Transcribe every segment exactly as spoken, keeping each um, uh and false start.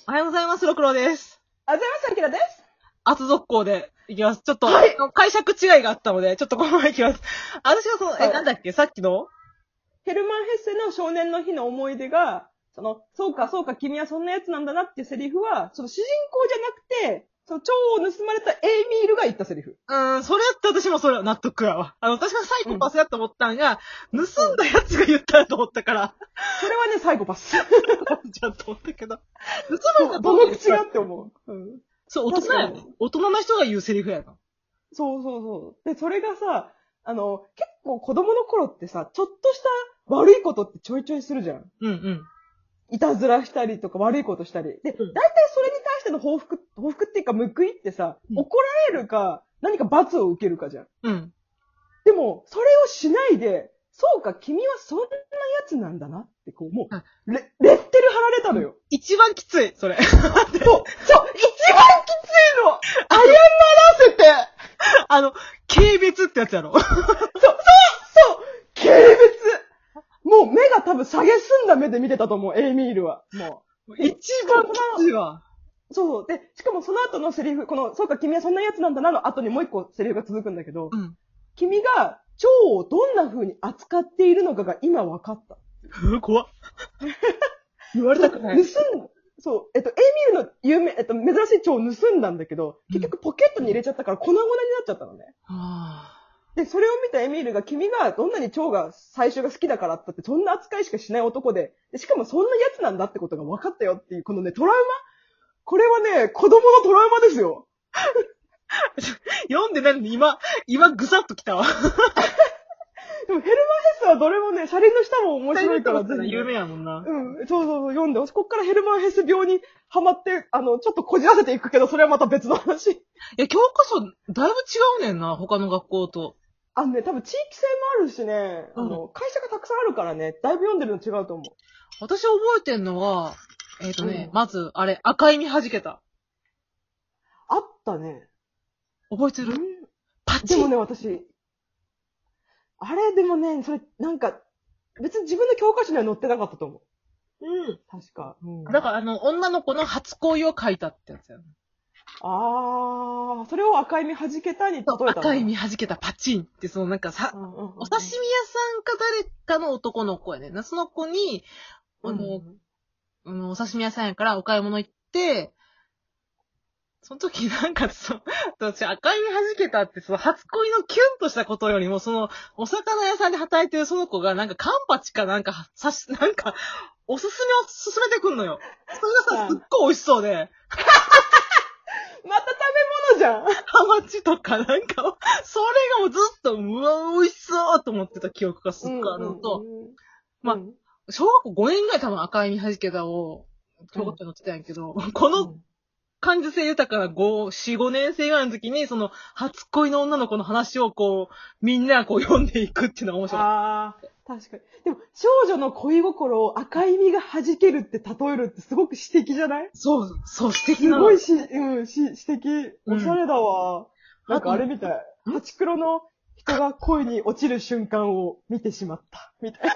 おはようございます、ろくろです。 ありがとうございます、あきらです。 後続行でいきます。ちょっと、 はい、 解釈違いがあったので、ちょっとこのままいきます。私はその、はい、え、なんだっけさっきのヘルマン・ヘッセの少年の日の思い出が、その、そうか、そうか、君はそんな奴なんだなっていうセリフは、その主人公じゃなくて、その蝶を盗まれたエイミールが言ったセリフ。 うーん、それやって私もそれは納得やわ。あの、私がサイコパスやと思ったんが、うん、盗んだ奴が言ったやと思ったから。 それはね、サイコパス。 じゃんと思ったけど。盗まれたどの口がって思う。うん。 そう、大人やね。大人な人が言うセリフやな。 そうそうそう。で、それがさ、あの、結構子供の頃ってさ、ちょっとした悪いことってちょいちょいするじゃん。 うんうん。 いたずらしたりとか悪いことしたり。で、大体それに対しての報復、報復っていうか報いってさ、うん、怒られるか、何か罰を受けるかじゃん。 うん。 でも、それをしないで、そうか、君はそんなやつなんだなって、こう、もう、レ、レッテル貼られたのよ。 一番きつい、それ。そう、 そう、一番きついの謝らせてあの、軽蔑ってやつやろ。 そう、そう、そう軽蔑もう目が多分下げすんだ目で見てたと思う、エイミールは。もう。一番きついわ。 そう。で、しかもその後のセリフ、この、そうか、君はそんなやつなんだなの後にもう一個セリフが続くんだけど、うん、君が蝶をどんな風に扱っているのかが今分かった。 う怖っ。言われたくない。 盗んだ。そう。えっと、エイミールの有名、えっと、珍しい蝶を盗んだんだけど、結局ポケットに入れちゃったから粉々になっちゃったのね。うん、で、それを見たエミールが、君がどんなに蝶が最初が好きだからってって、そんな扱いしかしない男で、でしかもそんなやつなんだってことが分かったよっていう、このね、トラウマこれはね、子供のトラウマですよ。 読んでないのに今、今ぐさっときたわ。 でもヘルマン・ヘッセはどれもね、車輪の下も面白いからぜひ。有名やもんな。 うん、そうそうそう、読んで。私こっからヘルマン・ヘッセ病にハマって、あの、ちょっとこじらせていくけど、それはまた別の話。いや、教科書、だいぶ違うねんな、他の学校と。 あのね、多分地域性もあるしね、うん、あの、会社がたくさんあるからね、だいぶ読んでるの違うと思う。 私覚えてんのは、えっとね、うん、まず、あれ、赤い実弾けた。 あったね。 覚えてる、うん、パチッでもね、私、あれでもね、それ、なんか、別に自分の教科書には載ってなかったと思う。うん。確か。うん、 だから、あの、女の子の初恋を書いたってやつやね。 あー、それを赤い実弾けたに例えたの。 赤い実弾けたパチンって、そのなんかさ、うんうんうん、お刺身屋さんか誰かの男の子やねんな。その子に、あの、うん、お刺身屋さんやからお買い物行って、その時なんかそ、私赤い実弾けたってその初恋のキュンとしたことよりも、そのお魚屋さんで働いてるその子がなんかカンパチかなんかさし、なんかおすすめを勧めてくんのよ。それがさ、すっごい美味しそうで。 また食べ物じゃん。 ハマチとかなんか、それがもうずっと、うわ、美味しそうと思ってた記憶がすっごいあるのと、うんうんうん、まあ、小学校ごねんぐらい多分赤い実弾けたを、教科書に載ってたんやけど、うん、この感受性豊かなご、よん、ごねん生ぐらいの時に、その、初恋の女の子の話をこう、みんなこう読んでいくっていうのが面白い。 ああ、確かに。でも、少女の恋心を赤い実が弾けるって例えるってすごく詩的じゃない？ そう、そう、詩的なの。すごい詩、うん、詩、詩的。おしゃれだわ。うん、なんかあれみたい。ハチクロの人が恋に落ちる瞬間を見てしまった。みたいな。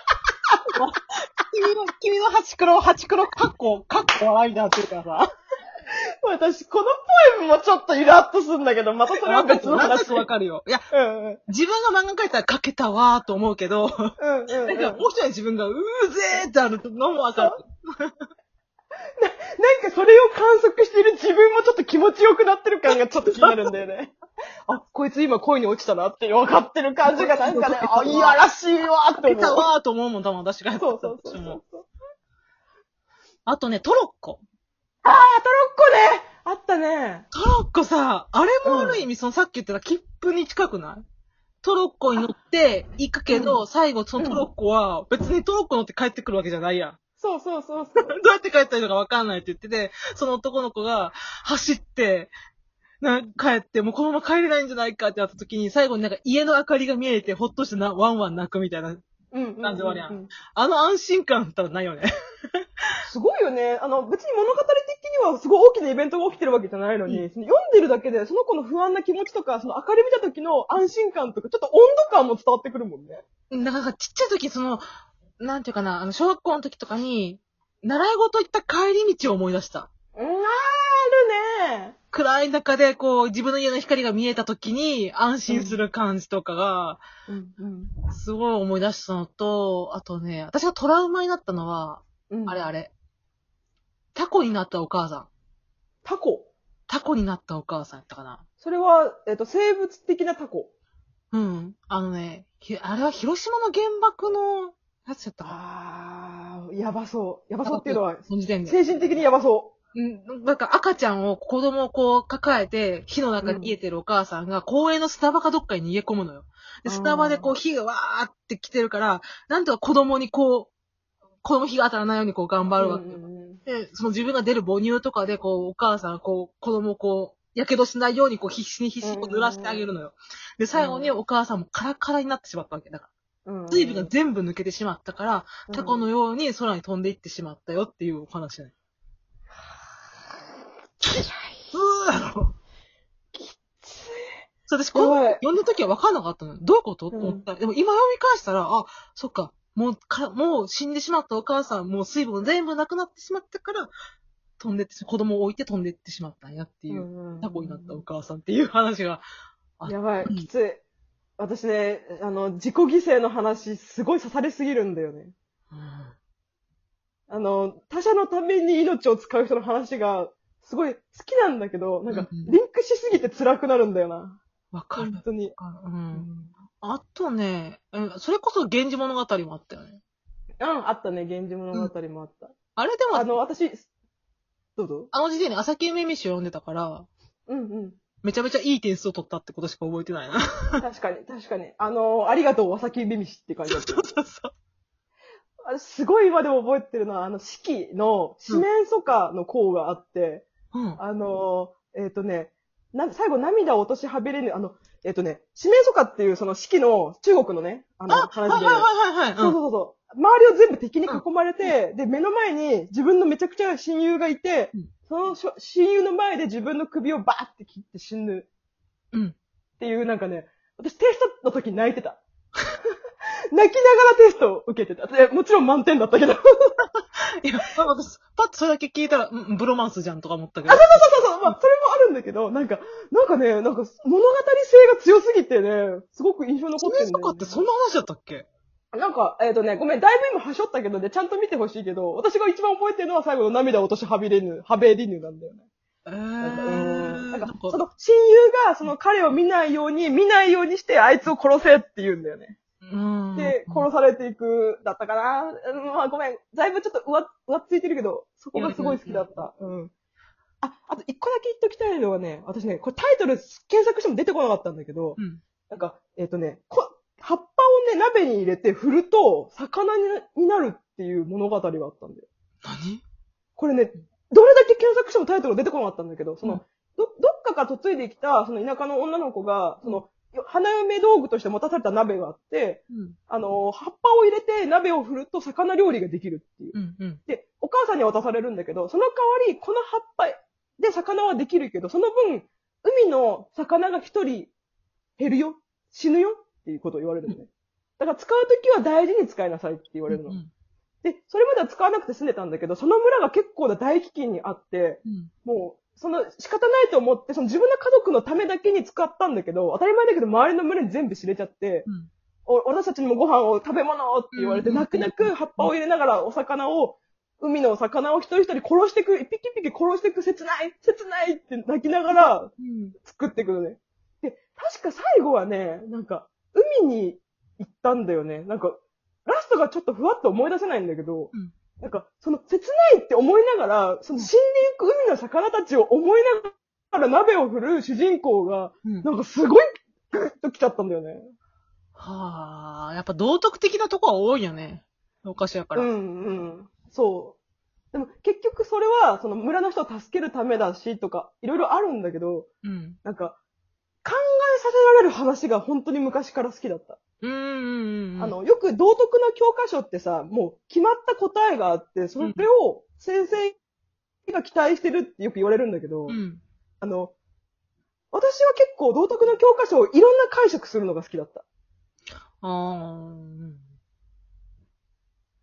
君の、君のハチクロ、ハチクロ、カッコ、カッコ笑いになってるからさ。 私、このポエムもちょっとイラッとするんだけど、またそれは別の話。 わかるよ。いや、うんうん、自分が漫画描いたら描けたわーと思うけど、うんうんうん、なんかもう一人自分がうーぜーってあるのもわかる。 な、なんかそれを観測している自分もちょっと気持ちよくなってる感がちょっと気になるんだよね。あ、こいつ今恋に落ちたなって分かってる感じがなんかね、あ、いやらしいわーって思う。 描けたわーと思うもん、多分私がやったとそうそうそうそう。 あとね、トロッコ。 あー、トロッコねあったね。 トロッコさ、あれもある意味、うん、そのさっき言ってた切符に近くない？トロッコに乗って行くけど、うん、最後そのトロッコは別にトロッコ乗って帰ってくるわけじゃないやん。 そうそうそうそう。どうやって帰ったらいいのかわかんないって言ってて、その男の子が走って、な、帰って、もうこのまま帰れないんじゃないかってなった時に、最後になんか家の明かりが見えて、ほっとしてな、ワンワン泣くみたいな感じはあるやん。うんうんうんうん、あの安心感だったらないよね。 すごいよね。あの、別に物語的にはすごい大きなイベントが起きてるわけじゃないのに、うん、その読んでるだけで、その子の不安な気持ちとか、その明かり見た時の安心感とか、ちょっと温度感も伝わってくるもんね。 だからちっちゃい時、その、なんていうかな、あの、小学校の時とかに、 習い事行った帰り道を思い出した。 うん、あるね。 暗い中で、こう、自分の家の光が見えた時に安心する感じとかが、うんうん、すごい思い出したのと、あとね、私がトラウマになったのは、うん、あれあれ。タコになったお母さん。 タコタコになったお母さんやったかな。 それは、えっと、生物的なタコ。 うん。あのね、あれは広島の原爆のやつやったかな。 あー、やばそう。やばそうっていうのは、精神的にやばそう。 うん、なんか赤ちゃんを、子供をこう抱えて、火の中に逃げてるお母さんが、公園の砂場かどっかに逃げ込むのよ。で、砂場でこう火がわーって来てるから、なんとか子供にこう、子供火が当たらないようにこう頑張るわけよ。で、その自分が出る母乳とかで、こう、お母さん、こう、子供をこう、やけどしないようにこう必死に必死にこう濡らしてあげるのよ。で、最後にお母さんもカラカラになってしまったわけだから。水分が全部抜けてしまったから、タコのように空に飛んでいってしまったよっていうお話ね。きつい。うーろ。きつい。そう、私、この読んだ時は分かんなかったの。どういうことと思った。でも今読み返したら、あ、そっか。もうか、もう死んでしまったお母さん、もう水分全部なくなってしまったから、飛んでって、子供を置いて飛んでってしまったんやっていう、タコになったお母さんっていう話が。 やばい、きつい。私ね、あの、自己犠牲の話、すごい刺されすぎるんだよね。うん、あの、他者のために命を使う人の話が、すごい好きなんだけど、なんか、リンクしすぎて辛くなるんだよな。 わかる。 本当に。 うん。あとね、それこそ源氏物語もあったよね。 うん、あったね、源氏物語もあった。うん、 あれでも、 あの、私、どうぞ。 あの時点で朝日めめしを読んでたから、うんうん。めちゃめちゃいい点数を取ったってことしか覚えてないな。 確かに、確かに。あの、ありがとう、朝日めめしって感じだった。そうそうそう。あれ、すごい今でも覚えてるのは、あの、四季の四面楚歌の項があって、うん、あの、えっ、ー、とね、な、最後涙を落としはべれぬ、あの、えっ、ー、とね、四面楚歌っていうその四季の中国のね、あの、 あ話で。はいはいはいはい、 そうそうそう。周りを全部敵に囲まれて、うん、で、目の前に自分のめちゃくちゃ親友がいて、うん、その親友の前で自分の首をバーって切って死ぬ。うん。っていうなんかね、私テストの時泣いてた。泣きながらテストを受けてた。で、もちろん満点だったけど。 いや、私、パッとそれだけ聞いたら、うん、ブロマンスじゃんとか思ったけど。 あ、そうそうそうそう。まあ、それもあるんだけど、なんか、なんかね、なんか、物語性が強すぎてね、すごく印象残ってるんだよ、ね。 四面楚歌ってそんな話だったっけ？ なんか、えっ、ー、とね、ごめん、だいぶ今はしょったけどね、ちゃんと見てほしいけど、私が一番覚えてるのは最後の涙を落としはびれぬ、はべりぬなんだよね。えー、なんか、うん。なんか、その、親友が、その彼を見ないように、見ないようにして、あいつを殺せって言うんだよね。で、殺されていく、だったかな。まあ、ごめん。だいぶちょっと上、上ついてるけど、そこがすごい好きだった。うん。あ、あと一個だけ言っときたいのはね、私ね、これタイトル検索しても出てこなかったんだけど、うん、なんか、えっ、ー、とね、こ、葉っぱをね、鍋に入れて振ると、魚にになるっていう物語があったんだよ。 何？ これね、どれだけ検索してもタイトル出てこなかったんだけど、その、うん、ど、どっかから嫁いできた、その田舎の女の子が、その、花嫁道具として持たされた鍋があって、うん、あの、葉っぱを入れて鍋を振ると魚料理ができるっていう。うんうん、で、お母さんに渡されるんだけど、その代わり、この葉っぱで魚はできるけど、その分、海の魚が一人減るよ、死ぬよっていうことを言われるのね。だから使うときは大事に使いなさいって言われるの。うんうん、で、それまでは使わなくて済んでたんだけど、その村が結構な大飢饉にあって、うん、もう、その仕方ないと思って、その自分の家族のためだけに使ったんだけど、当たり前だけど周りの群れに全部知れちゃって、うん、お私たちにもご飯を食べ物をって言われて、泣く泣く葉っぱを入れながらお魚を、海のお魚を一人一人殺していく、一匹一匹殺していく、切ない、切ないって泣きながら作っていくのね。で、確か最後はね、なんか、海に行ったんだよね。なんか、ラストがちょっとふわっと思い出せないんだけど、うんなんか、その、切ないって思いながら、その死んでいく海の魚たちを思いながら鍋を振る主人公が、なんかすごいグッと来ちゃったんだよね。 はあ、やっぱ道徳的なとこは多いよね。お菓子やから。 うんうん。そう。でも結局それは、その村の人を助けるためだし、とか、いろいろあるんだけど、うん、なんか、考えさせられる話が本当に昔から好きだった。うんうんうん、あの、よく道徳の教科書ってさ、もう決まった答えがあって、それを先生が期待してるってよく言われるんだけど、うん、あの、私は結構道徳の教科書をいろんな解釈するのが好きだった。あー。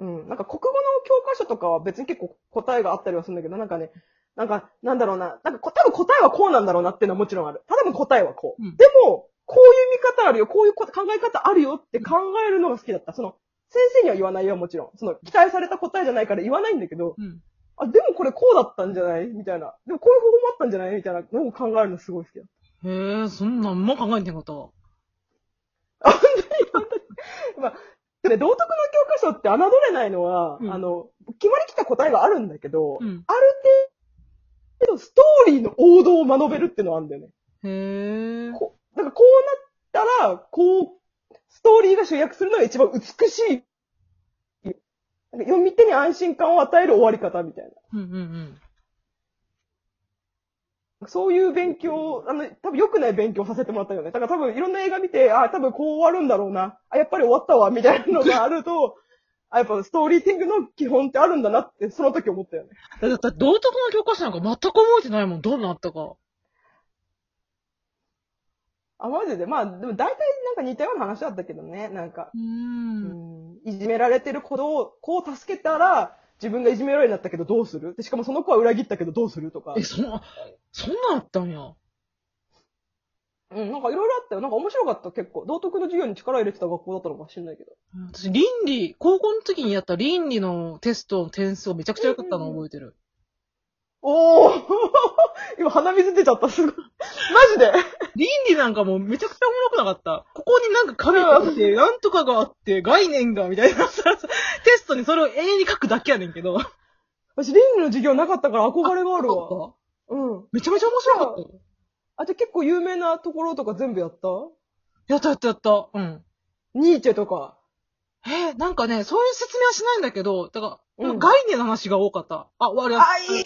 うん。なんか国語の教科書とかは別に結構答えがあったりはするんだけど、なんかね、なんか、なんだろうな。なんかこ、多分答えはこうなんだろうなっていうのはもちろんある。多分答えはこう。 うんでも、こういう見方あるよ、こういうこと考え方あるよって考えるのが好きだった。その、先生には言わないよ、もちろん。その、期待された答えじゃないから言わないんだけど、 うん。 あ、でもこれこうだったんじゃないみたいな。でもこういう方法もあったんじゃないみたいなのを考えるのすごい好きだ。 へえ、そんなんも考えてんかったわ。 あ、本当に、本当に。まあ、でね、道徳の教科書って侮れないのは、 うんあの、決まりきった答えがあるんだけど、 うん。 ある程度ストーリーの王道を学べるっていうのはあるんだよね。 へえ。 こう、だからこうなったら、こう、ストーリーが集約するのが一番美しい。なんか読み手に安心感を与える終わり方みたいな。 うんうんうん。 そういう勉強、あの、多分良くない勉強させてもらったよね。だから多分いろんな映画見て、あ、多分こう終わるんだろうな。あ、やっぱり終わったわ、みたいなのがあると、あ、やっぱストーリーティングの基本ってあるんだなって、その時思ったよね。 だって道徳の教科書なんか全く覚えてないもん。どんなあったか。 あ、マジで。まあ、でも大体なんか似たような話だったけどね。なんか、 うー。 うんん、いじめられてる子を、子を助けたら、自分がいじめられるようになったけどどうするで、しかもその子は裏切ったけどどうするとか。 え、そんな、そんなんあったんや。 うん、なんかいろいろあったよ。なんか面白かった結構。道徳の授業に力入れてた学校だったのかもしれないけど。 私、倫理、高校の時にやった倫理のテストの点数をめちゃくちゃ良かったのを覚えてる。 おー今鼻水出ちゃった、すごい。マジで倫理なんかもうめちゃくちゃおもろくなかった。ここになんか紙があって、なんとかがあって、概念が、みたいなさ、テストにそれを永遠に書くだけやねんけど。 私、倫理の授業なかったから憧れがあるわ。 わ。 うん。 めちゃめちゃ面白かった。 あ、じゃあ結構有名なところとか全部やったやったやったやった。うん。 ニーチェとか。 えー、なんかね、そういう説明はしないんだけど、だから、 うん概念の話が多かった。あ、あれ、 あ、いい